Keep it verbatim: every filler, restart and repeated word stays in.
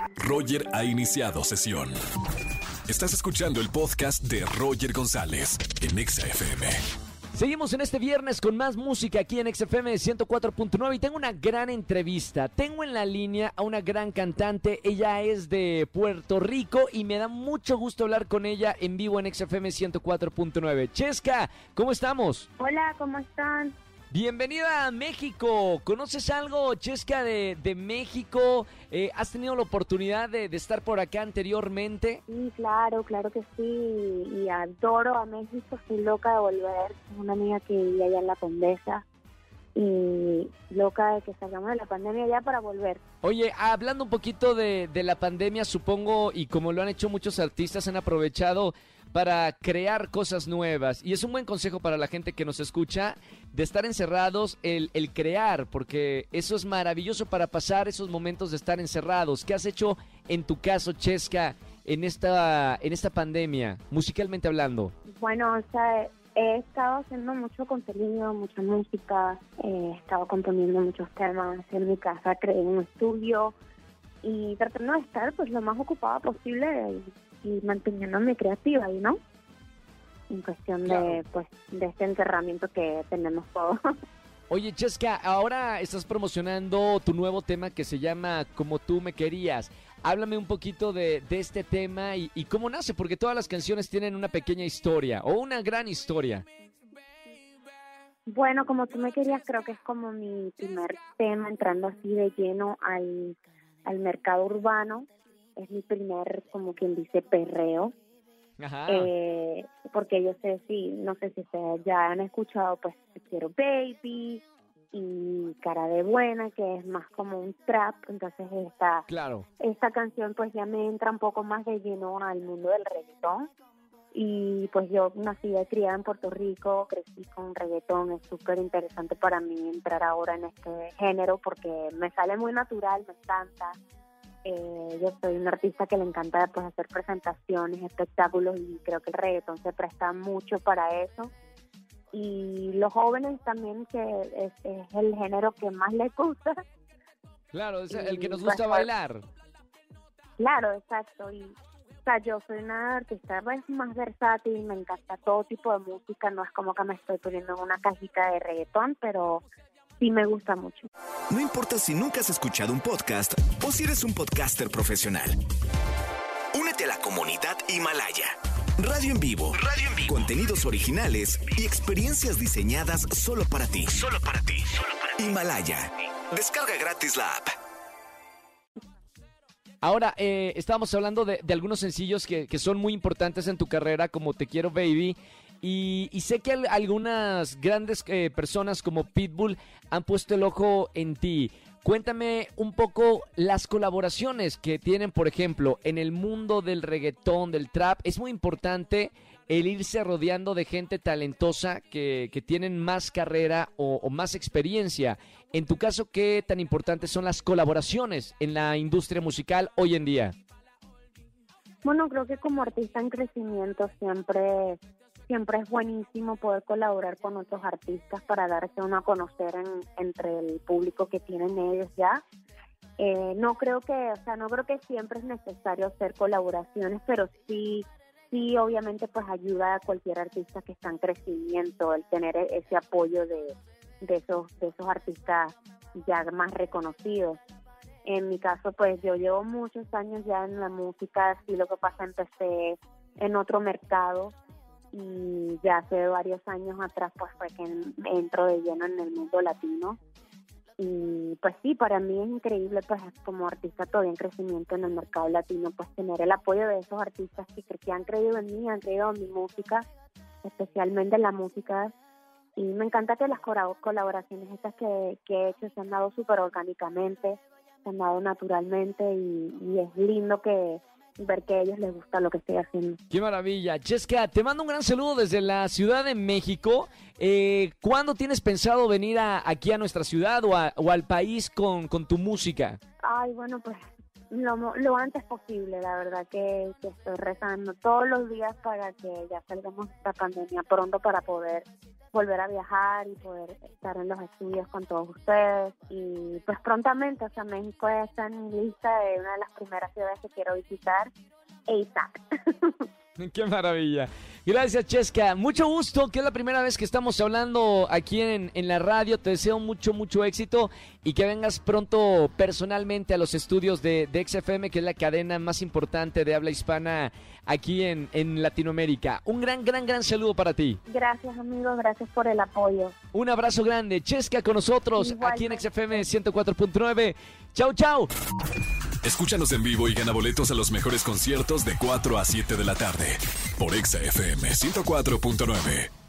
Roger ha iniciado sesión. Estás escuchando el podcast de Roger González en Exa F M. Seguimos en este viernes con más música aquí en X F M ciento cuatro punto nueve y tengo una gran entrevista. Tengo en la línea a una gran cantante, ella es de Puerto Rico y me da mucho gusto hablar con ella en vivo en X F M ciento cuatro punto nueve. Chesca, ¿cómo estamos? Hola, ¿cómo están? Bienvenida a México. ¿Conoces algo, Chesca, de, de México? Eh, ¿Has tenido la oportunidad de, de estar por acá anteriormente? Sí, claro, claro que sí. Y adoro a México, estoy loca de volver. Tengo una amiga que vive allá en La Condesa y loca de que salgamos de la pandemia ya para volver. Oye, hablando un poquito de, de la pandemia, supongo, y como lo han hecho muchos artistas, han aprovechado para crear cosas nuevas. Y es un buen consejo para la gente que nos escucha, de estar encerrados, el, el crear, porque eso es maravilloso para pasar esos momentos de estar encerrados. ¿Qué has hecho en tu caso, Chesca, en esta, en esta pandemia, musicalmente hablando? Bueno, o sea, he estado haciendo mucho contenido, mucha música, eh, he estado componiendo muchos temas en mi casa, creé un estudio y tratando de estar pues lo más ocupada posible y, y manteniéndome creativa, ¿y no? En cuestión Claro. de pues de este encerramiento que tenemos todos. Oye, Chesca, ahora estás promocionando tu nuevo tema que se llama Como tú me querías. Háblame un poquito de, de este tema y, y cómo nace, porque todas las canciones tienen una pequeña historia o una gran historia. Bueno, como tú me querías, creo que es como mi primer tema entrando así de lleno al, al mercado urbano. Es mi primer, como quien dice, perreo. Ajá. Eh, porque yo sé, sí, no sé si ustedes ya han escuchado, pues, Te Quiero Baby y Cara de Buena, que es más como un trap. Entonces esta, Claro. esta canción pues ya me entra un poco más de lleno al mundo del reggaetón. Y pues yo nací y criada en Puerto Rico, crecí con reggaetón, es súper interesante para mí entrar ahora en este género porque me sale muy natural, me encanta. Eh, yo soy una artista que le encanta pues hacer presentaciones, espectáculos y creo que el reggaetón se presta mucho para eso. Y los jóvenes también, que es, es el género que más les gusta. Claro, es el Y, que nos pues, gusta bailar. Claro, exacto. Y o sea, yo soy una artista pues, más versátil, me encanta todo tipo de música, no es como que me estoy poniendo en una cajita de reggaetón, pero sí me gusta mucho. No importa si nunca has escuchado un podcast o si eres un podcaster profesional. Únete a la comunidad Himalaya. Radio en vivo. Radio en vivo. Contenidos originales y experiencias diseñadas solo para ti. Solo para ti. Solo para ti. Himalaya. Descarga gratis la app. Ahora, eh, estábamos hablando de, de algunos sencillos que, que son muy importantes en tu carrera, como Te Quiero Baby, y, y sé que al- algunas grandes eh, personas como Pitbull han puesto el ojo en ti. Cuéntame un poco las colaboraciones que tienen, por ejemplo, en el mundo del reggaetón, del trap. Es muy importante el irse rodeando de gente talentosa que, que tienen más carrera o, o más experiencia. En tu caso, ¿qué tan importantes son las colaboraciones en la industria musical hoy en día? Bueno, creo que como artista en crecimiento siempre siempre es buenísimo poder colaborar con otros artistas para darse uno a conocer en, entre el público que tienen ellos ya. Eh, no creo que, o sea, no creo que siempre es necesario hacer colaboraciones, pero sí, sí, obviamente, pues ayuda a cualquier artista que está en crecimiento el tener e- ese apoyo de, de esos, de esos artistas ya más reconocidos. En mi caso, pues yo llevo muchos años ya en la música, sí, lo que pasa, empecé en otro mercado y ya hace varios años atrás pues fue que entro de lleno en el mundo latino. Y pues sí, para mí es increíble pues como artista todavía en crecimiento en el mercado latino, pues tener el apoyo de esos artistas que, que han creído en mí, han creído en mi música, especialmente en la música. Y me encanta que las cora- colaboraciones estas que, que he hecho se han dado súper orgánicamente, se han dado naturalmente y, y es lindo que ver que a ellos les gusta lo que estoy haciendo. ¡Qué maravilla! Chesca, te mando un gran saludo desde la Ciudad de México. Eh, ¿Cuándo tienes pensado venir a, aquí a nuestra ciudad o, a- o al país con, con tu música? Ay, bueno, pues lo, mo- lo antes posible, la verdad que, que estoy rezando todos los días para que ya salgamos de esta pandemia pronto para poder volver a viajar y poder estar en los estudios con todos ustedes. Y pues prontamente, o sea, México está en mi lista de una de las primeras ciudades que quiero visitar, A S A P. ¡Qué maravilla! Gracias, Chesca. Mucho gusto, que es la primera vez que estamos hablando aquí en, en la radio. Te deseo mucho, mucho éxito y que vengas pronto personalmente a los estudios de, de X F M, que es la cadena más importante de habla hispana aquí en, en Latinoamérica. Un gran, gran, gran saludo para ti. Gracias, amigos. Gracias por el apoyo. Un abrazo grande. Chesca con nosotros. Igualmente. Aquí en X F M ciento cuatro punto nueve. Chau, chau. Escúchanos en vivo y gana boletos a los mejores conciertos de cuatro a siete de la tarde por X F M ciento cuatro punto nueve.